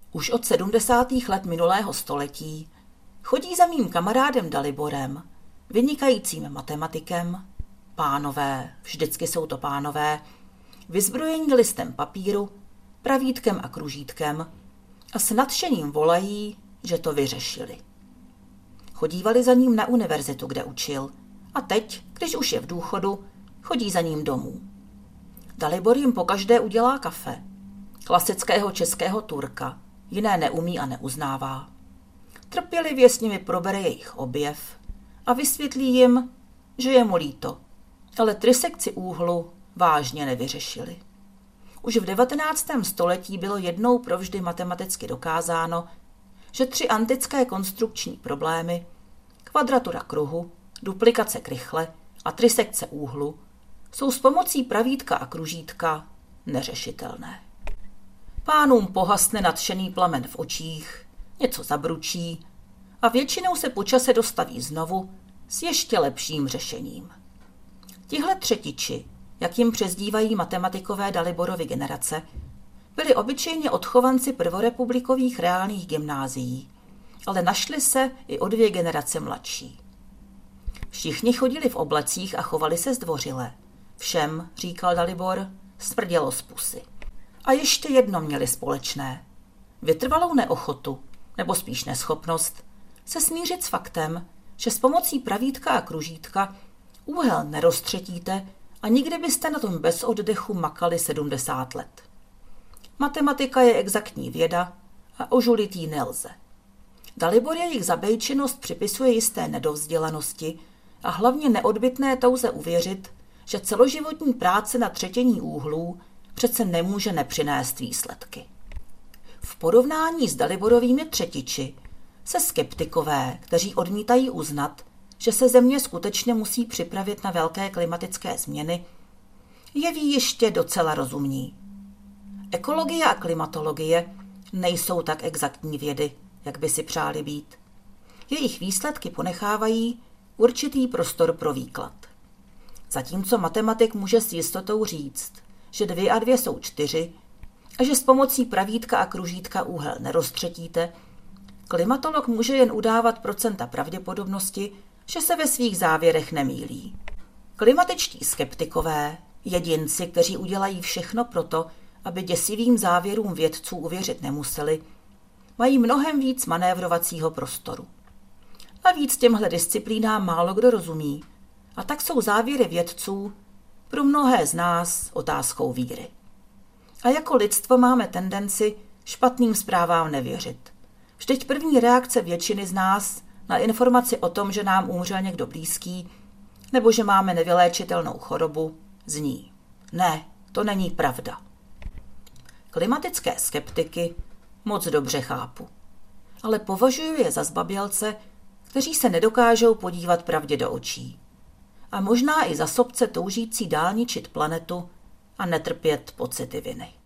Už od 70. let minulého století chodí za mým kamarádem Daliborem, vynikajícím matematikem, pánové, vždycky jsou to pánové, vyzbrojení listem papíru, pravítkem a kružítkem a s nadšením volají, že to vyřešili. Chodívali za ním na univerzitu, kde učil, a teď, když už je v důchodu, chodí za ním domů. Dalibor jim pokaždé udělá kafe, klasického českého Turka, jiné neumí a neuznává. Trpělivě s nimi probere jejich objev a vysvětlí jim, že je mu líto, ale trisekci úhlu vážně nevyřešili. Už v 19. století bylo jednou provždy matematicky dokázáno, že 3 antické konstrukční problémy, kvadratura kruhu, duplikace krychle a trisekce úhlu, jsou s pomocí pravítka a kružítka neřešitelné. Pánům pohasne nadšený plamen v očích, něco zabručí a většinou se po čase dostaví znovu s ještě lepším řešením. Tihle třetiči, jak jim přezdívají matematikové Daliborovy generace, byli obyčejně odchovanci prvorepublikových reálných gymnázií, ale našli se i o 2 generace mladší. Všichni chodili v oblecích a chovali se zdvořile. Všem, říkal Dalibor, smrdělo z pusy. A ještě jedno měli společné. Vytrvalou neochotu, nebo spíš neschopnost, se smířit s faktem, že s pomocí pravítka a kružítka úhel neroztřetíte a nikdy byste na tom bez oddechu makali 70 let. Matematika je exaktní věda a ožulit ji nelze. Dalibor jejich zabejčenost připisuje jisté nedovzdělanosti a hlavně neodbytné touze uvěřit, že celoživotní práce na třetění úhlů přece nemůže nepřinést výsledky. V porovnání s Daliborovými třetiči se skeptikové, kteří odmítají uznat, že se Země skutečně musí připravit na velké klimatické změny, jeví ještě docela rozumní. Ekologie a klimatologie nejsou tak exaktní vědy, jak by si přáli být. Jejich výsledky ponechávají určitý prostor pro výklad. Zatímco matematik může s jistotou říct, že 2 a 2 jsou 4 a že s pomocí pravítka a kružítka úhel neroztřetíte, klimatolog může jen udávat procenta pravděpodobnosti, že se ve svých závěrech nemýlí. Klimatičtí skeptikové, jedinci, kteří udělají všechno proto, aby děsivým závěrům vědců uvěřit nemuseli, mají mnohem víc manévrovacího prostoru. Navíc těmhle disciplínám málo kdo rozumí, a tak jsou závěry vědců pro mnohé z nás otázkou víry. A jako lidstvo máme tendenci špatným zprávám nevěřit. Vždyť první reakce většiny z nás na informaci o tom, že nám umřel někdo blízký, nebo že máme nevyléčitelnou chorobu, zní: ne, to není pravda. Klimatické skeptiky moc dobře chápu, ale považuji je za zbabělce, kteří se nedokážou podívat pravdě do očí. A možná i za sobce toužící dálničit planetu a netrpět pocity viny.